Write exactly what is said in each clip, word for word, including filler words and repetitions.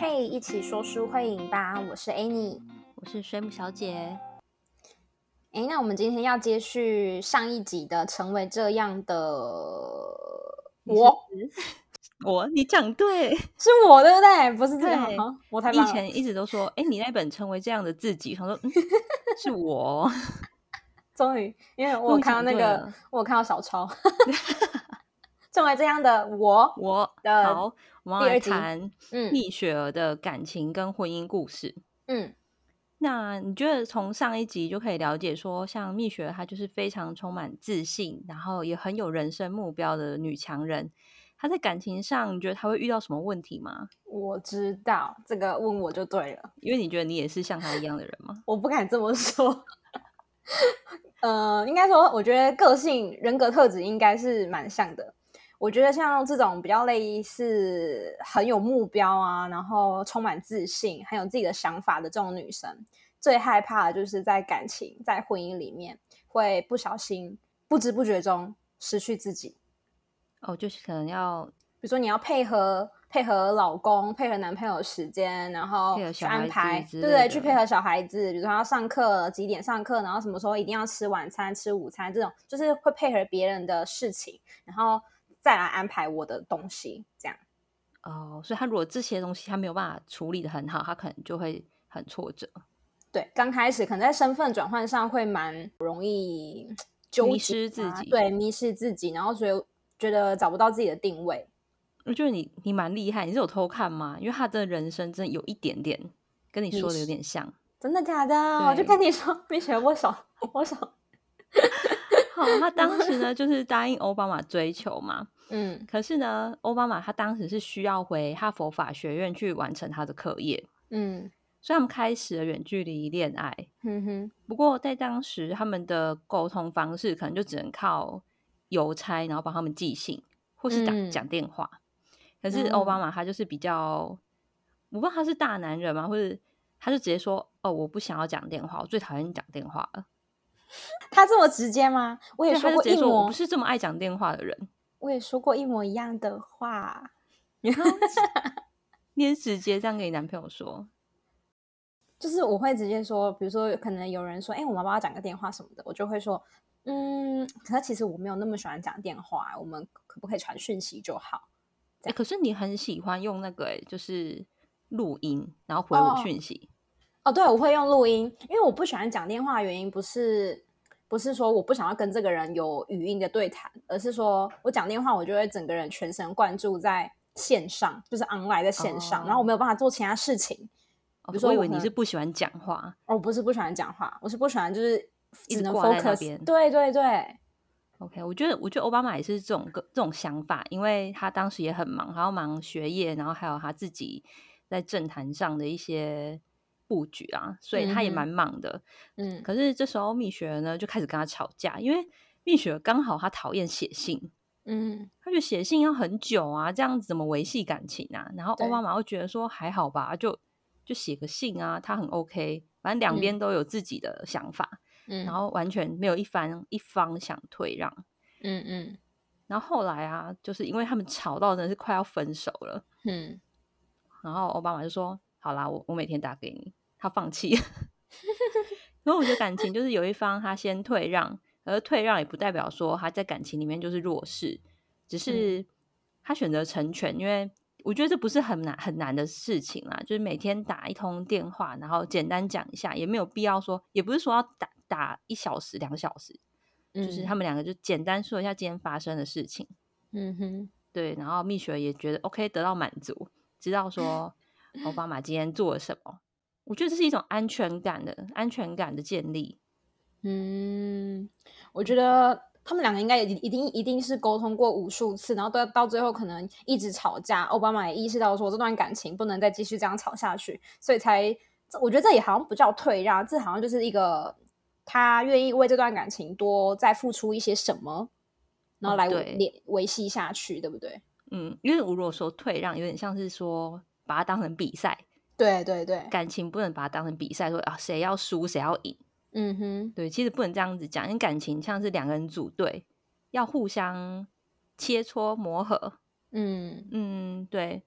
嘿，一起说书会赢吧！我是 Annie， 我是水母小姐。 哎，那我们今天要接续上一集的成为这样的我， 我你讲对， 是我对不对？不是这样， 对， 好，我太你以棒了。 前一直都说，哎，你那本成为这样的自己，想说，嗯，是我， 终于，因为我有终于看到那个， 讲对了。 我有看到小抄，成为这样的我我的好，我们要来第二集。 谈嗯蜜雪儿的感情跟婚姻故事。 嗯， 那你觉得从上一集就可以了解说，像蜜雪儿她就是非常充满自信，然后也很有人生目标的女强人。她在感情上，你觉得她会遇到什么问题吗？ 我知道这个问我就对了， 因为你觉得你也是像她一样的人吗？ 我不敢这么说。呃，应该说，我觉得个性、人格特质应该是蛮像的。我觉得像这种比较类似很有目标啊，然后充满自信，很有自己的想法的这种女生，最害怕的就是在感情、在婚姻里面会不小心、不知不觉中失去自己。 哦，就是可能要比如说你要配合配合老公、配合男朋友的时间，然后配合去小孩子安排， 之类的， 对对，去配合小孩子，比如说他要上课几点上课，然后什么时候一定要吃晚餐、吃午餐，这种就是会配合别人的事情，然后再来安排我的东西，这样。 哦，所以他如果这些东西他没有办法处理的很好，他可能就会很挫折， 对，刚开始可能在身份转换上会蛮容易纠迷结啊， 失自己。 对，迷失自己，然后所以觉得找不到自己的定位。 我觉得你你蛮厉害，你是有偷看吗？因为他的人生真的有一点点跟你说的有迷失， 点像。 真的假的？我就对， 跟你说，蜜雪握手，握手。 好，他当时呢就是答应奥巴马追求嘛， 嗯可是呢，奥巴马他当时是需要回哈佛法学院去完成他的课业， 嗯所以他们开始了远距离恋爱。 哼哼。 不过在当时他们的沟通方式可能就只能靠邮差，然后帮他们寄信或是打嗯讲电话。可是奥巴嗯， 马他就是比较，我不知道他是大男人吗，或者他就直接说：哦，我不想要讲电话，我最讨厌讲电话了。 他这么直接吗？我也对，他说过就直接说我不一模， 是这么爱讲电话的人。 我也说过一模一样的话。 然后你也直接这样跟你男朋友说？ 就是我会直接说，比如说可能有人说，哎、欸，我们要不要讲个电话什么的，我就会说，嗯，可是其实我没有那么喜欢讲电话，我们可不可以传讯息就好？ 哎、欸，可是你很喜欢用那个、欸，就是录音，然后回我哦讯息。 哦，对，我会用录音，因为我不喜欢讲电话的原因不是不是说我不想要跟这个人有语音的对谈，而是说我讲电话，我就会整个人全神贯注在线上，就是 online 在线上， 哦， 然后我没有办法做其他事情。比如哦我以为你说我可能是不喜欢讲话， 哦，不是不喜欢讲话，我是不喜欢就是只能一直挂在那 focus。 边。 对对对， OK，我觉得我觉得奥巴马也是这种个这种想法，因为他当时也很忙，还要忙学业，然后还有他自己在政坛上的一些布局啊，所以他也蛮嗯哼， 忙的。 嗯可是这时候蜜雪儿呢就开始跟他吵架，因为蜜雪儿刚好他讨厌写信， 嗯， 他觉得写信要很久啊，这样子怎么维系感情啊？然后奥巴对， 马又觉得说还好吧，就就写个信啊，他很 OK，反正两边嗯都有自己的想法，然嗯后完全没有一方一方想退让。 嗯嗯然后后来啊，就是因为他们吵到真的是快要分手了， 嗯， 然后奥巴马就说：“好啦，我我每天打给你。”他放弃了。然后我觉得感情就是有一方他先退让，而退让也不代表说他在感情里面就是弱势，只是他选择成全，因为我觉得这不是很难很难的事情啦，就是每天打一通电话，然后简单讲一下，也没有必要说，也不是说要打打一小时两个小时，就是他嗯们两个就简单说一下今天发生的事情。 嗯哼， 对，然后蜜雪儿也觉得 OK，得到满足，知道说奥巴马今天做了什么。我觉得这是一种安全感的安全感的建立。 嗯，我觉得他们两个应该也一定一定是沟通过无数次，然后到到最后可能一直吵架。奥巴马也意识到说这段感情不能再继续这样吵下去，所以才我觉得这也好像不叫退让，这好像就是一个他愿意为这段感情多再付出一些什么，然后哦， 来对， 维维系下去，对不对？ 嗯，因为我如果说退让，有点像是说把它当成比赛， 对对对， 感情不能把它当成比赛，说啊谁要输谁要赢。 嗯哼， 对，其实不能这样子讲，因为感情像是两个人组队，要互相切磋磨合。 嗯嗯，对。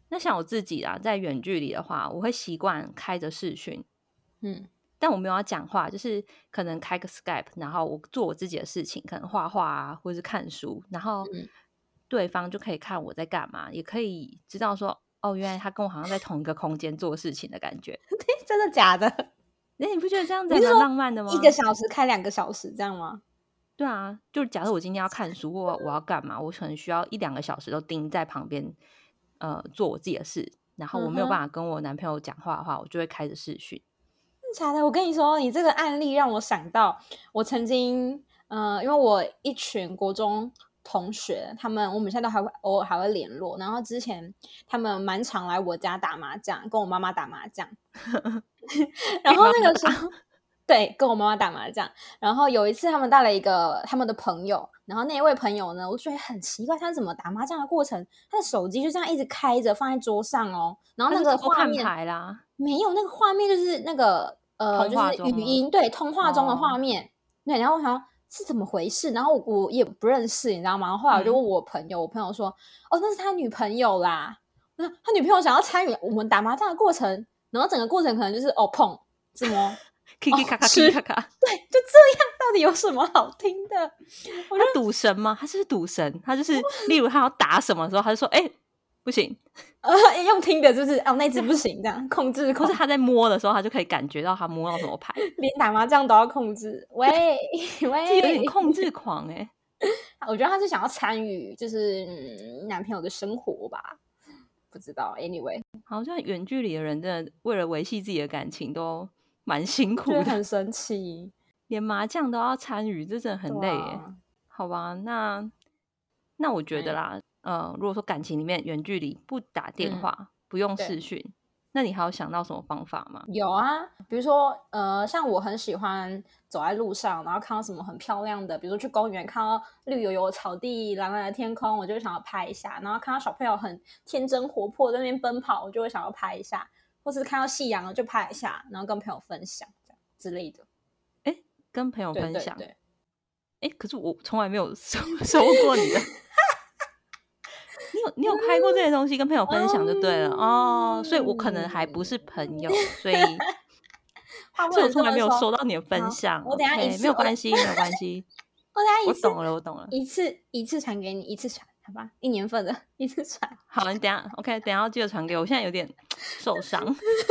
那像我自己啊，在远距离的话，我会习惯开着视讯， 嗯但我没有要讲话，就是可能开个 Skype，然后我做我自己的事情，可能画画啊，或者是看书，然后嗯， 对方就可以看我在干嘛，也可以知道说，哦，原来他跟我好像在同一个空间做事情的感觉。 真的假的？ 哎，你不觉得这样子你是说还蛮浪漫的一个吗？ 小时开两个小时这样吗？ 对啊，就假设我今天要看书，或我要干嘛，我可能需要一两个小时都盯在旁边，呃，做我自己的事，然后我没有办嗯哼， 法跟我男朋友讲话的话，我就会开着视讯。 真的假的？我跟你说，你这个案例让我想到，我曾经，呃，因为我一群国中同学，他们我们现在都还会偶尔还会联络，然后之前他们蛮常来我家打麻将，跟我妈妈打麻将，然后给妈妈打。 那个时候，对，跟我妈妈打麻将。然后有一次，他们带了一个他们的朋友，然后那一位朋友呢，我觉得很奇怪，他怎么打麻将的过程，他的手机就这样一直开着放在桌上哦，然后那个他是偷看画面牌啦， 没有，那个画面就是那个呃， 通就是话中吗？ 语音，对，通话中的画哦， 面，对。然后我想说是怎么回事，然后我我也不认识，你知道吗？然后后来我就嗯问我朋友，我朋友说，哦，那是他女朋友啦。那他女朋友想要参与我们打麻将的过程，然后整个过程可能就是哦碰、自摸、哦 ，Kiki 卡卡吃， Kiki 对， 卡卡， 就这样，到底有什么好听的？我就他赌神吗？他是不是赌神？他就是，例如他要打什么的时候，他就说：“哎、欸，不行。 呃用听的就是哦那只不行，这样控制”狂， 或是他在摸的时候，他就可以感觉到他摸到什么牌， 连打麻将都要控制。喂这有点喂， 控制狂哎、欸。 我觉得他是想要参与，就是、嗯、男朋友的生活吧，不知道。Anyway， 好像远距离的人真的为了维系自己的感情都蛮辛我觉得苦的， 很神奇。 连麻将都要参与，这真的对很累耶。 啊， 好吧，那那我觉得哎， 啦，呃，如果说感情里面远距离不打电嗯， 话，不用对。 视讯，那你还有想到什么方法吗？ 有啊，比如说，呃，像我很喜欢走在路上，然后看到什么很漂亮的，比如说去公园看到绿油油的草地、蓝蓝的天空，我就会想要拍一下；然后看到小朋友很天真活泼在那边奔跑，我就会想要拍一下；或是看到夕阳就拍一下，然后跟朋友分享这样之类的。 哎，跟朋友对分享。 对对， 哎，可是我从来没有收收过你的，你有你有拍过这些东西跟朋友分享就对了哦，所以我可能还不是朋友，所以话不能所以我从来没有这么说。 收到你的分好， 享。 我等一下一 OK，没次，我等有关系，没有关系， 我等一下一次我懂了，我懂了。 一次一次传给你，一次传，好吧？一年份的一次传。 好，你等一下 OK，等一下要记得传给我，我现在有点受伤。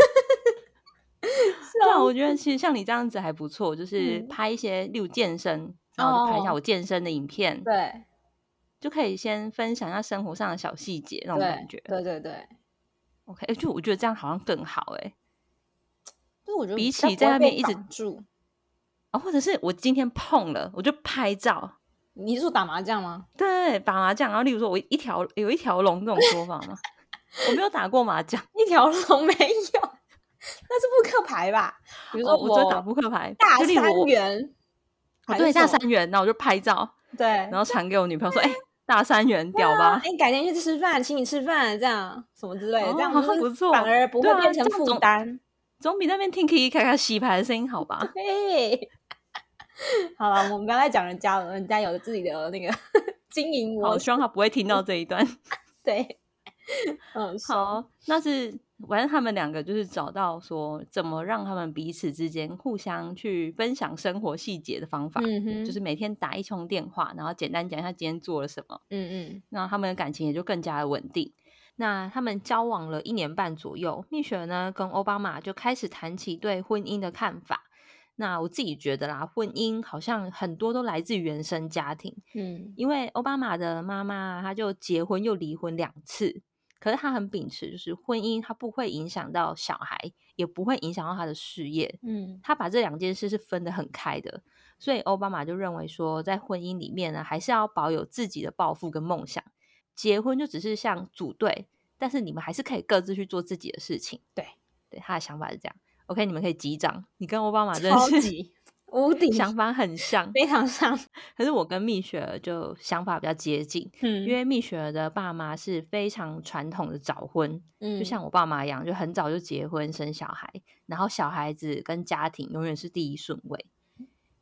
对啊，我觉得其实像你这样子还不错，就是嗯， 拍一些，例如健身，然后我就拍一下哦， 我健身的影片， 对就可以先分享一下生活上的小细节那种感对觉。 对对对， OK，就我觉得这样好像更好哎， 就是我觉得比比较不会被起在那边一直绑住。 哦，或者是我今天碰了，我就拍照。 你是说打麻将吗？ 对，打麻将，然后例如说我一条有一条龙这种说法吗？我没有打过麻将一条龙没有，那是扑克牌吧？比如说哦，我只会打我扑克牌， 大三就例如我元哦对还是什么？ 大三元，那我就拍照， 对， 然后传给我女朋友说：“哎、大三元对啊， 屌吧？” 哎，改天去吃饭，请你吃饭，这样什么之类的，这哦， 样好就是像不错， 反而不对啊， 会变成这样总负担。 总比那边听 Kiki 开开洗牌的声音好吧？ 对，好了，我们不要再讲人家了，人家有自己的那个经营好， 模式。 希望他不会听到这一段。 对，嗯，说， 好，那是反正他们两个就是找到说怎么让他们彼此之间互相去分享生活细节的方法， 嗯哼， 就是每天打一通电话，然后简单讲一下今天做了什么， 嗯嗯那他们的感情也就更加的稳定。那他们交往了一年半左右，蜜雪儿呢跟奥巴马就开始谈起对婚姻的看法。那我自己觉得啦，婚姻好像很多都来自于原生家庭， 嗯因为奥巴马的妈妈她就结婚又离婚两次，可是她很秉持就是婚姻它不会影响到小孩，也不会影响到她的事业， 嗯她把这两件事是分得很开的，所以奥巴马就认为说在婚姻里面呢，还是要保有自己的抱负跟梦想，结婚就只是像组队，但是你们还是可以各自去做自己的事情。 对， 对，他的想法是这样。OK，你们可以击掌。你跟奥巴马真的是超级无敌， 想法很像， 非常像。 可是我跟蜜雪儿就想法比较接近，因嗯为蜜雪儿的爸妈是非常传统的早婚， 嗯， 就像我爸妈一样，就很早就结婚生小孩，然后小孩子跟家庭永远是第一顺位。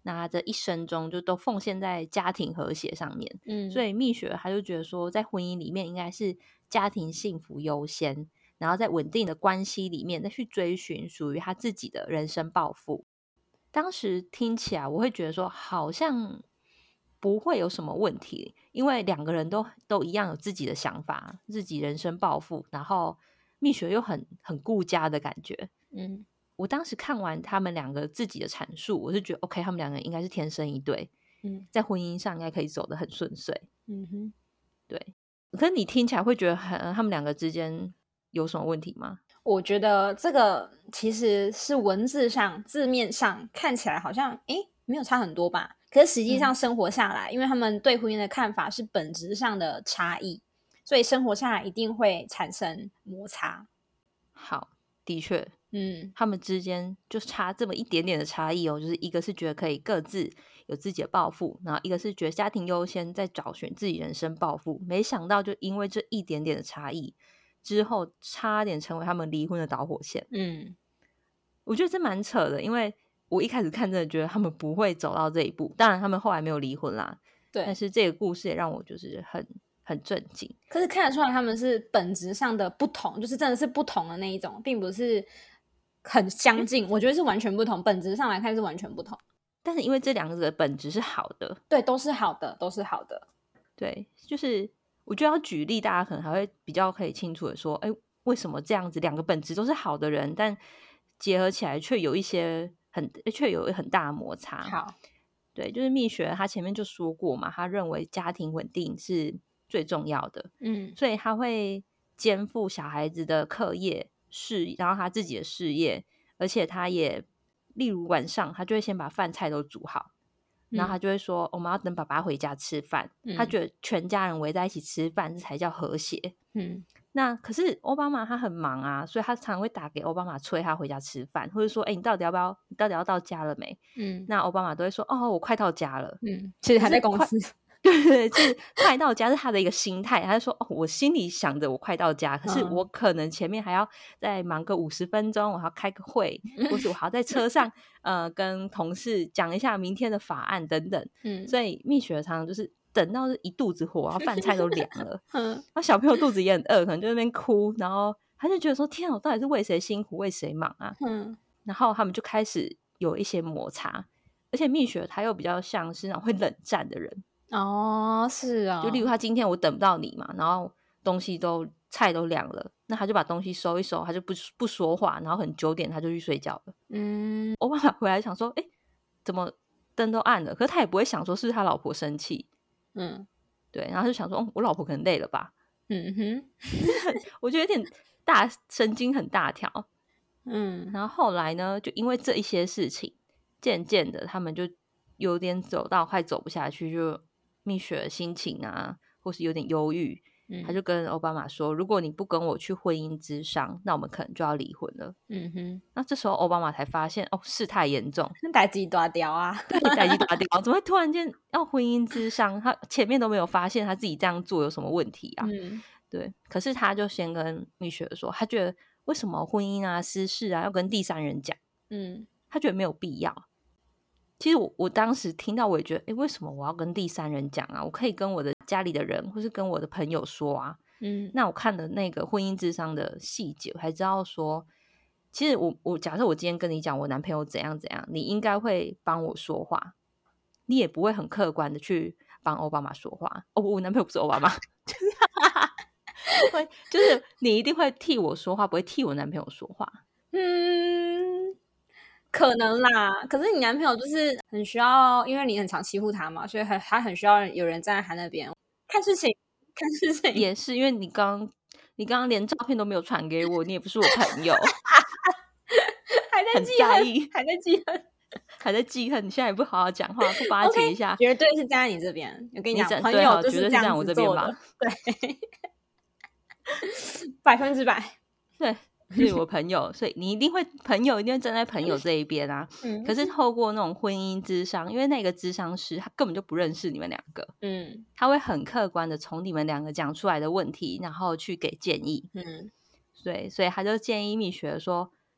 那他这一生中就都奉献在家庭和谐上面。 嗯， 所以蜜雪他就觉得说，在婚姻里面应该是家庭幸福优先，然后在稳定的关系里面再去追寻属于他自己的人生抱负。当时听起来我会觉得说好像不会有什么问题，因为两个人都都一样有自己的想法，自己人生抱负，然后蜜雪又很很顾家的感觉。 嗯， 我当时看完他们两个自己的阐述，我是觉得 OK， 他们两个人应该是天生一对， 嗯， 在婚姻上应该可以走得很顺遂。 嗯哼， 对，可是你听起来会觉得很他们两个之间有什么问题吗？ 我觉得这个其实是文字上字面上看起来好像诶没有差很多吧，可是实际上生活下来、嗯、因为他们对婚姻的看法是本质上的差异，所以生活下来一定会产生摩擦。 好，的确， 嗯， 他们之间就差这么一点点的差异哦，就是一个是觉得可以各自有自己的抱负，然后一个是觉得家庭优先，在找寻自己人生抱负。没想到就因为这一点点的差异之后，差点成为他们离婚的导火线。 嗯， 我觉得这蛮扯的，因为我一开始看真的觉得他们不会走到这一步，当然他们后来没有离婚啦， 对， 但是这个故事也让我就是很很震惊。 可是看得出来他们是本质上的不同，就是真的是不同的那一种，并不是很相近，我觉得是完全不同，本质上来看是完全不同。 但是因为这两个的本质是好的， 对，都是好的，都是好的。 对，就是我觉得要举例，大家可能还会比较可以清楚的说，哎，为什么这样子两个本质都是好的人，但结合起来却有一些很却有很大的摩擦。 好， 对，就是蜜雪他前面就说过嘛，他认为家庭稳定是最重要的， 嗯， 所以他会肩负小孩子的课业事，然后他自己的事业，而且他也例如晚上他就会先把饭菜都煮好，然后他就会说、嗯、我们要等爸爸回家吃饭、嗯、他觉得全家人围在一起吃饭这才叫和谐。嗯，那可是奥巴马他很忙啊，所以他常会打给奥巴马催他回家吃饭，或者说哎、欸，你到底要不要你到底要到家了没？嗯，那奥巴马都会说哦我快到家了。 嗯，其实还在公司。 对对，就是快到家是他的一个心态，他就说哦，我心里想着我快到家，可是我可能前面还要再忙个五十分钟，我还要开个会，或是我还要在车上呃跟同事讲一下明天的法案等等。嗯，所以蜜雪常常就是等到一肚子火，然后饭菜都凉了，嗯，然后小朋友肚子也很饿，可能就在那边哭，然后他就觉得说天啊，我到底是为谁辛苦为谁忙啊？嗯，然后他们就开始有一些摩擦，而且蜜雪他又比较像是那种会冷战的人。 哦，是啊、哦， 就例如他今天我等不到你嘛，然后东西都菜都凉了，那他就把东西收一收，他就不不说话，然后可能九点他就去睡觉了。嗯，我爸爸回来想说，哎，怎么灯都暗了？可是他也不会想说是他老婆生气。嗯，对，然后就想说，哦，我老婆可能累了吧。嗯哼，我觉得有点大神经很大条。嗯，然后后来呢，就因为这一些事情，渐渐的他们就有点走到快走不下去，就蜜雪的心情啊，或是有点忧郁、嗯、他就跟奥巴马说，如果你不跟我去婚姻咨商，那我们可能就要离婚了。嗯哼，那这时候奥巴马才发现哦，事态严重， 代志大条啊， 对，代志大条，怎么会突然间要婚姻咨商？他前面都没有发现他自己这样做有什么问题啊？嗯，对，可是他就先跟蜜雪说，他觉得为什么婚姻啊、私事啊要跟第三人讲？嗯，他觉得没有必要。其实 我, 我当时听到我也觉得，诶，为什么我要跟第三人讲啊？我可以跟我的家里的人或是跟我的朋友说啊。嗯，那我看了那个婚姻諮商的细节，我才知道说，其实我我假设我今天跟你讲我男朋友怎样怎样，你应该会帮我说话，你也不会很客观的去帮奥巴马说话。哦，我男朋友不是奥巴马，会就是你一定会替我说话，不会替我男朋友说话。 嗯，可能啦。可是你男朋友就是很需要，因为你很常欺负他嘛，所以很他很需要有人站在他那边看事情，看事情。 也是因为你刚你刚刚连照片都没有传给我，你也不是我朋友， 还在记恨，还在记恨， 还在记恨。你现在也不好好讲话，不巴结一下， okay, 绝对是站在你这边。我跟你讲，朋友就是这样子做的，对，百分之百， 对。是我朋友，所以你一定会朋友一定会站在朋友这一边啊。嗯，可是透过那种婚姻諮商，因为那个諮商師他根本就不認識你們兩個，嗯，他會很客觀的從你們兩個講出來的問題，然後去給建議。嗯，對，所以他就建議蜜雪說，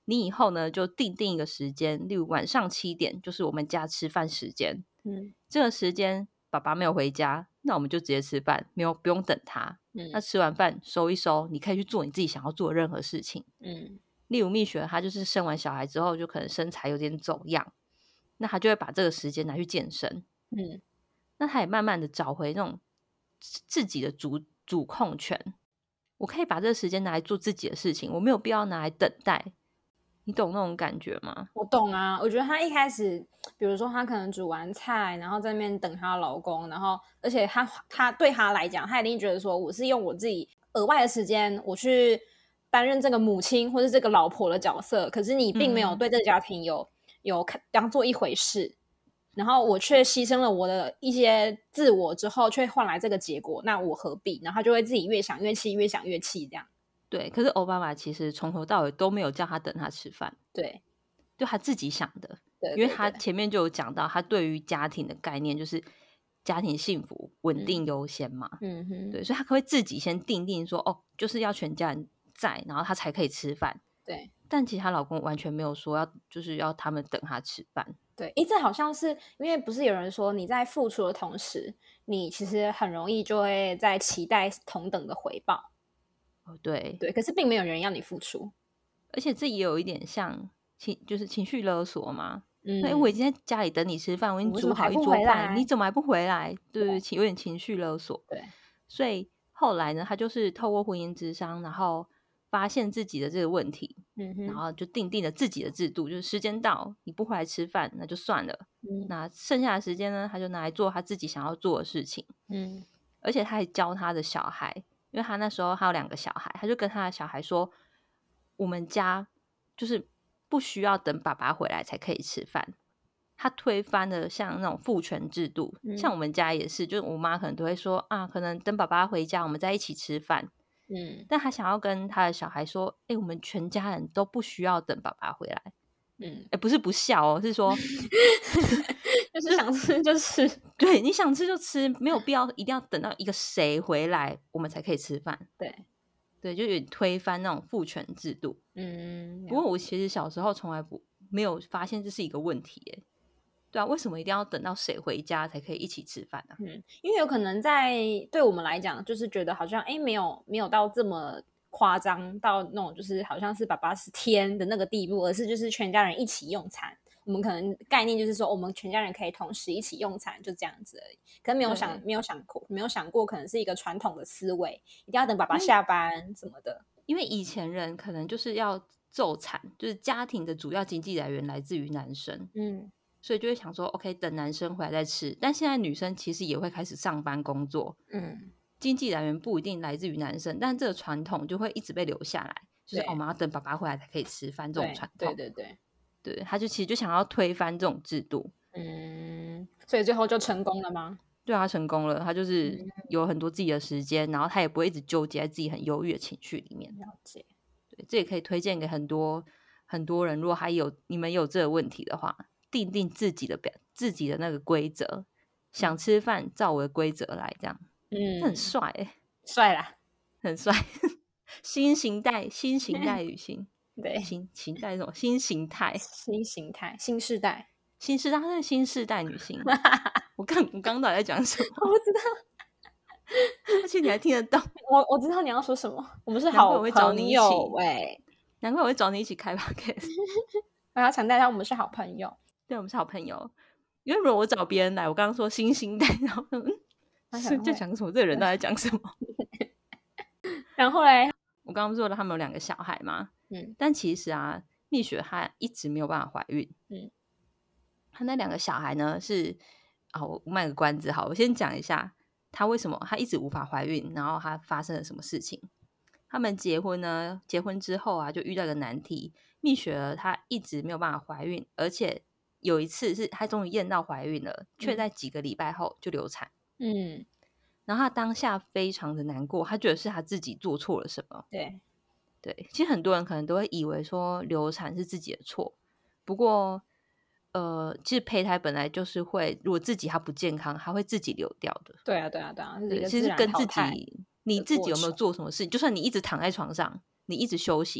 你以后呢就定定一个时间，例如晚上七点就是我们家吃饭时间，嗯，这个时间爸爸没有回家，那我们就直接吃饭，没有不用等他，嗯，那吃完饭收一收，你可以去做你自己想要做的任何事情，嗯，例如蜜雪她就是生完小孩之后就可能身材有点走样，那她就会把这个时间拿去健身，嗯，那她也慢慢的找回那种自己的主主控权，我可以把这个时间拿来做自己的事情，我没有必要拿来等待，你懂那种感觉吗？ 我懂啊，我觉得她一开始比如说她可能煮完菜然后在那边等她老公，然后而且她她对她来讲她一定觉得说我是用我自己额外的时间我去担任这个母亲或是这个老婆的角色，可是你并没有对这个家庭有、嗯、有当做一回事，然后我却牺牲了我的一些自我之后却换来这个结果，那我何必？然后他就会自己越想越气越想越气这样。 对，可是奥巴马其实从头到尾都没有叫他等他吃饭， 对， 就他自己想的， 对对对， 因为他前面就有讲到他对于家庭的概念就是家庭幸福稳定优先嘛，嗯哼，对，所以他会自己先定定说哦，就是要全家人在，然后他才可以吃饭， 对， 但其实她老公完全没有说要就是要他们等他吃饭。 对，诶，这好像是因为不是有人说你在付出的同时你其实很容易就会在期待同等的回报。 哦，对对，可是并没有人要你付出， 而且这也有一点像情就是情绪勒索嘛。嗯，哎，我已经在家里等你吃饭，我已经煮好一桌饭，你怎么还不回来？对，有点情绪勒索。 对， 所以后来呢，他就是透过婚姻咨商，然后发现自己的这个问题，嗯哼，然后就定定了自己的制度，就是时间到你不回来吃饭那就算了，嗯，那剩下的时间呢，他就拿来做他自己想要做的事情，嗯，而且他还教他的小孩，因为他那时候还有两个小孩，他就跟他的小孩说，我们家就是不需要等爸爸回来才可以吃饭。他推翻了像那种父权制度，嗯，像我们家也是，就是我妈可能都会说啊，可能等爸爸回家我们再一起吃饭，嗯，但他想要跟他的小孩说，哎、欸，我们全家人都不需要等爸爸回来，嗯，哎、欸，不是不孝哦，是说就是想吃就吃， 对，你想吃就吃，没有必要一定要等到一个谁回来我们才可以吃饭， 对对，就有点推翻那种父权制度，嗯，不过我其实小时候从来不没有发现这是一个问题耶。对啊，为什么一定要等到谁回家才可以一起吃饭啊？ 嗯，因为有可能在对我们来讲，就是觉得好像哎，没有没有到这么夸张，到那种就是好像是爸爸是天的那个地步，而是就是全家人一起用餐。我们可能概念就是说，我们全家人可以同时一起用餐，就这样子而已。可是没有想没有想过，没有想过，可能是一个传统的思维，一定要等爸爸下班什么的。 因为以前人可能就是要昼产，就是家庭的主要经济来源来自于男生，嗯。所以就会想说 OK 等男生回来再吃，但现在女生其实也会开始上班工作，嗯，经济来源不一定来自于男生，但这个传统就会一直被留下来，就是、哦、我们要等爸爸回来才可以吃饭这种传统， 对对对对，他就其实就想要推翻这种制度， 嗯，所以最后就成功了吗？ 对啊，成功了，他就是有很多自己的时间，然后他也不会一直纠结在自己很忧郁的情绪里面， 了解， 对，这也可以推荐给很多很多人，如果还有你们有这个问题的话，定定自己的表自己的那个规则，想吃饭照我的规则来，这样，嗯，很帅哎、欸， 帅啦， 很帅，新形态新形态女性， 对， 新形态是什么？新形态， 新形态，新世代， 新世代，她是新世代女性。我刚我刚到底在讲什么？ 我不知道， 而且你还听得到？ 我我知道你要说什么，我们是好朋友哎， 难怪我会找你一起开 podcast。 我要强调一下，我们是好朋友。 对，我们是好朋友。因为如果我找别人来，我刚刚说新形态，然后嗯，是在讲什么？这个人到底在讲什么？ 然后嘞， 我刚刚说了他们有两个小孩嘛，嗯，但其实啊，蜜雪她一直没有办法怀孕，嗯，她那两个小孩呢是啊、哦，我卖个关子好，我先讲一下她为什么她一直无法怀孕，然后她发生了什么事情。他们结婚呢，结婚之后啊，就遇到一个难题，蜜雪儿她一直没有办法怀孕，而且有一次是她终于验到怀孕了，却在几个礼拜后就流产。嗯，然后她当下非常的难过，她觉得是她自己做错了什么。 对对，其实很多人可能都会以为说流产是自己的错，不过呃，其实胚胎本来就是会，如果自己它不健康，它会自己流掉的。 对啊，对啊，对啊， 对，其实跟自己你自己有没有做什么事，就算你一直躺在床上，你一直休息，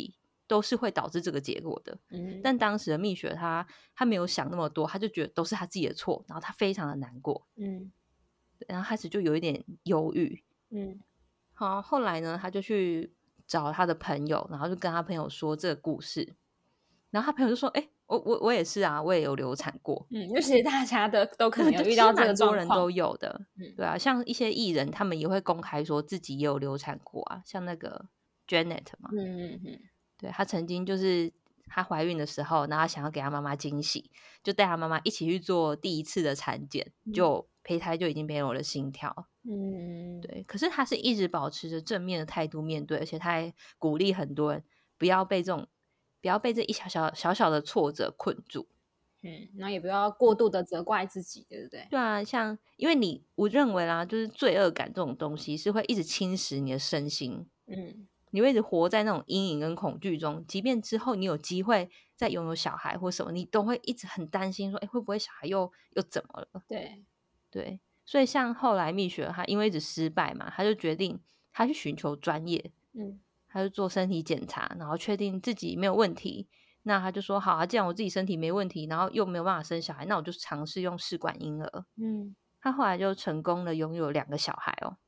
都是会导致这个结果的。 嗯， 但当时的蜜雪她她没有想那么多，她就觉得都是她自己的错，然后她非常的难过， 嗯然后开始就有一点忧郁。 嗯好，后来呢，他就去找他的朋友，然后就跟他朋友说这个故事，然后他朋友就说：“哎、欸，我我我也是啊，我也有流产过。” 嗯，就其实大家的都可能有就其实遇到这个蛮多状况。 人都有的， 嗯对啊，像一些艺人，他们也会公开说自己也有流产过啊，像那个 Janet 嘛， 嗯嗯嗯对，她曾经就是她怀孕的时候，然后想要给她妈妈惊喜，就带她妈妈一起去做第一次的产检，就胚胎就已经没有了心跳。 嗯， 对，可是她是一直保持着正面的态度面对，而且她还鼓励很多人不要被这种不要被这一小小小小的挫折困住。 嗯，然后也不要过度的责怪自己，对不对？ 对啊，像因为你我认为啦，就是罪恶感这种东西是会一直侵蚀你的身心， 嗯你会一直活在那种阴影跟恐惧中，即便之后你有机会再拥有小孩或什么，你都会一直很担心说，哎，会不会小孩又又怎么了？ 对， 对，所以像后来蜜雪她因为一直失败嘛，她就决定她去寻求专业， 嗯她就做身体检查，然后确定自己没有问题。那她就说好啊，既然我自己身体没问题，然后又没有办法生小孩，那我就尝试用试管婴儿。 嗯她后来就成功的拥有两个小孩哦。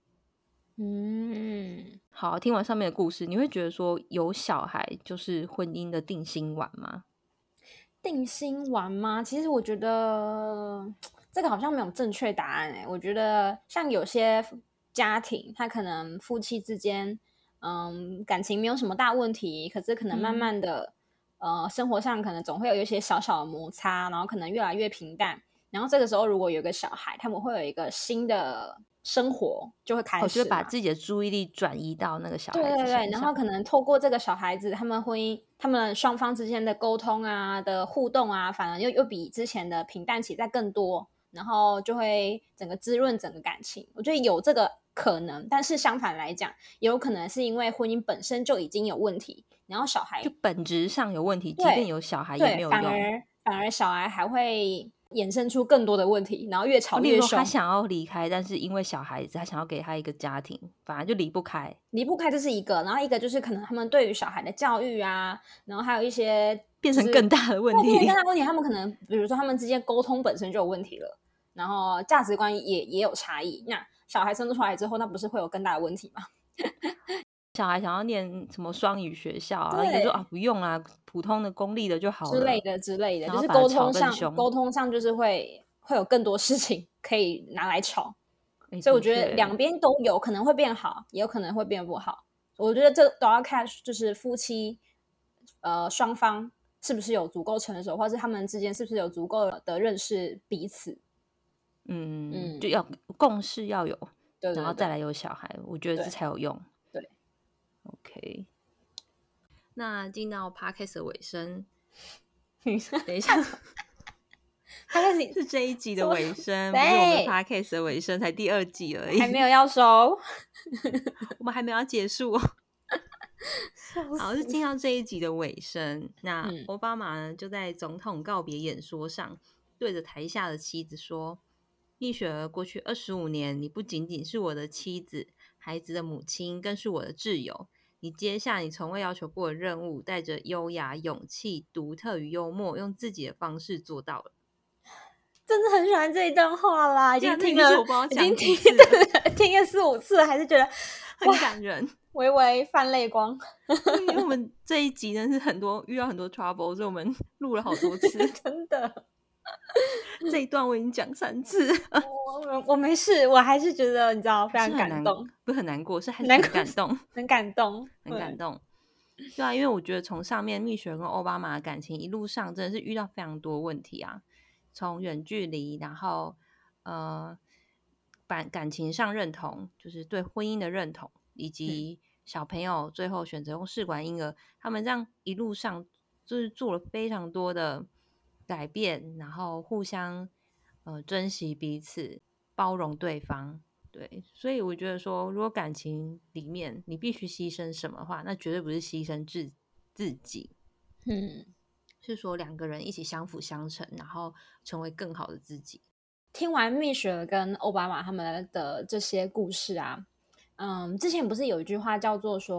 嗯， 好，听完上面的故事，你会觉得说有小孩就是婚姻的定心丸吗？ 定心丸吗？其实我觉得这个好像没有正确答案诶。我觉得像有些家庭，他可能夫妻之间，嗯，感情没有什么大问题，可是可能慢嗯， 慢的，呃，生活上可能总会有一些小小的摩擦，然后可能越来越平淡。然后这个时候，如果有个小孩，他们会有一个新的生活就会开我就会始嘛。 把自己的注意力转移到那个小孩子对对对， 身上。 然后可能透过这个小孩子，他们婚姻，他们双方之间的沟通啊的互动啊，反而又又比之前的平淡期再更多，然后就会整个滋润整个感情。我觉得有这个可能，但是相反来讲，也有可能是因为婚姻本身就已经有问题，然后小就孩本质上有问题，即便对有小孩也没对， 有用。 反而反而小孩还会衍生出更多的问题，然后越哦，例如吵越凶。 说他想要离开，但是因为小孩子，他想要给他一个家庭，反而就离不开。 离不开这是一个，然后一个就是可能他们对于小孩的教育啊，然后还有一些变成就是更大的问对变成更题。 大问题，他们可能比如说他们之间沟通本身就有问题了，然后价值观也也有差异，那小孩生出来之后，那不是会有更大的问题吗？ 小孩想要念什么双语学校啊，一个说啊对， 不用啊，普通的公立的就好了， 之类的之类的， 然就是后反而吵沟通上更凶。 沟通上就是会会有更多事情可以拿来吵， 哎， 所以我的确， 觉得两边都有可能会变好，也有可能会变不好。我觉得这都要看，就是夫妻呃双方是不是有足够成熟，或是他们之间是不是有足够的认识彼此。 嗯，就嗯， 要共识要有， 对对对然后再来有小孩，我觉得这对才有用。 对， OK，那进到 podcast 的尾声， 你等一下他开始是这一集的什么？ 尾声，不是我们对， podcast 的尾声，才第二季而已， 还没有要收， 我们还没有要结束哦。 笑好，是死。 进到这一集的尾声。那嗯奥巴马呢，就在总统告别演说上，对着台下的妻子说：蜜雪儿，过去二十五年，你不仅仅是我的妻子、孩子的母亲，更是我的挚友。你接下你从未要求过的任务，带着优雅、勇气、独特与幽默，用自己的方式做到了。 真的很喜欢这一段话啦，已对啊， 经听了， 这已经是我不知道讲已经听几次了， 对听了四五次了，还是觉得很感人。 微微泛泪光。 对，因为我们这一集呢是很多遇到很多 trouble，所以我们录了好多次。 真的， 这一段我已经讲三次了， 我我没事，我还是觉得你知道非常是很难， 感动， 不是很难过，是还是难过很感动， 很感动，对， 很感动。对啊，因为我觉得从上面蜜雪跟奥巴马的感情一路上真的是遇到非常多问题啊，从远距离，然后呃感感情上认同，就是对婚姻的认同，以及小朋友最后选择用试管婴儿，他们这样一路上就是做了非常多的改变，然后互相呃珍惜彼此，包容对方。对，所以我觉得说，如果感情里面你必须牺牲什么的话，那绝对不是牺牲自自己， 嗯。 是说两个人一起相辅相成，然后成为更好的自己。 听完蜜雪儿跟奥巴马他们的这些故事啊，嗯，之前不是有一句话叫做说，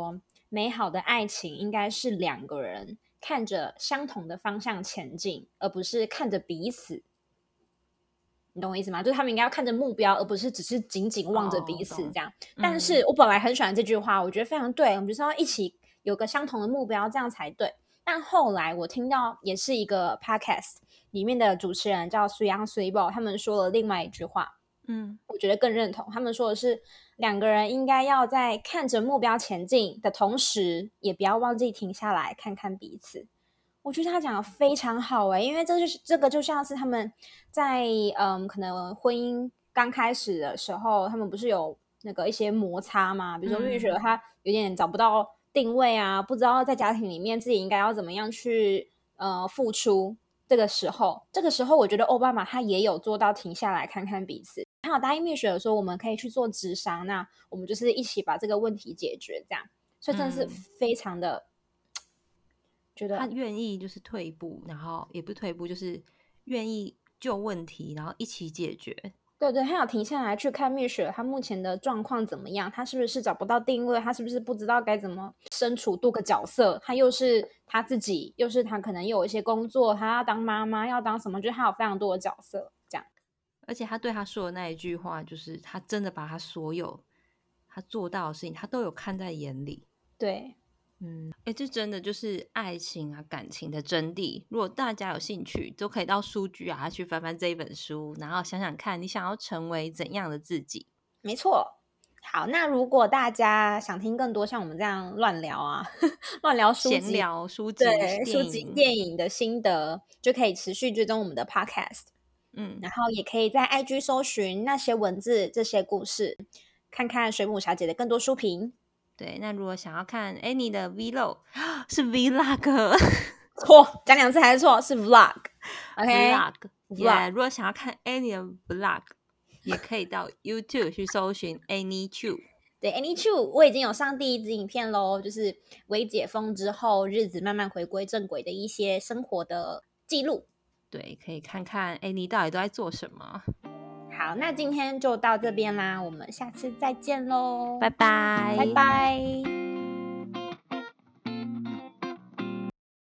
美好的爱情应该是两个人看着相同的方向前进，而不是看着彼此。你懂我意思吗？就是他们应该要看着目标，而不是只是紧紧望着彼此这样。 哦嗯、 但是我本来很喜欢这句话，我觉得非常对，我们就是要一起有个相同的目标，这样才对。但后来我听到也是一个 podcast 里面的主持人叫 Suyang Suibo， 他们说了另外一句话，嗯，我觉得更认同。他们说的是两个人应该要在看着目标前进的同时，也不要忘记停下来看看彼此。我觉得他讲的非常好诶、欸，因为这就是这个就像是他们在嗯，可能婚姻刚开始的时候，他们不是有那个一些摩擦嘛？比如说蜜雪他有点找不到定位啊，不知道在家庭里面自己应该要怎么样去呃付出。这个时候，这个时候我觉得奥巴马他也有做到停下来看看彼此。他有答应蜜雪说我们可以去做咨商，那我们就是一起把这个问题解决，这样，所以真的是非常的。嗯觉得他愿意就是退一步，然后也不退一步，就是愿意就问题，然后一起解决。 对对，他有停下来去看蜜雪他目前的状况怎么样，他是不是找不到定位，他是不是不知道该怎么身处多个角色，他又是他自己，又是他可能又有一些工作，他要当妈妈，要当什么，就是他有非常多的角色这样。 而且他对他说的那一句话，就是他真的把他所有他做到的事情，他都有看在眼里。 对， 嗯，哎，这真的就是爱情啊，感情的真谛。如果大家有兴趣，都可以到书局啊去翻翻这一本书，然后想想看你想要成为怎样的自己。 没错。好，那如果大家想听更多像我们这样乱聊啊，乱聊书籍、 闲聊书籍、 对书籍、 电影、 电影的心得，就可以持续追踪我们的 podcast。嗯，然后也可以在 I G 搜寻那些文字、这些故事，看看水母小姐的更多书评。 对，那如果想要看 Annie 的 Vlog， 是 Vlog， 错，讲两次还是错，是 Vlog。OK， Vlog， yeah, 如果想要看 Annie 的 Vlog， 也可以到 YouTube 去搜寻 Annie Chu。 对 ，Annie Chu， 我已经有上第一支影片咯，就是微解封之后，日子慢慢回归正轨的一些生活的记录。 对，可以看看 Annie 到底都在做什么。 好，那今天就到这边啦，我们下次再见咯， 拜拜， 拜拜。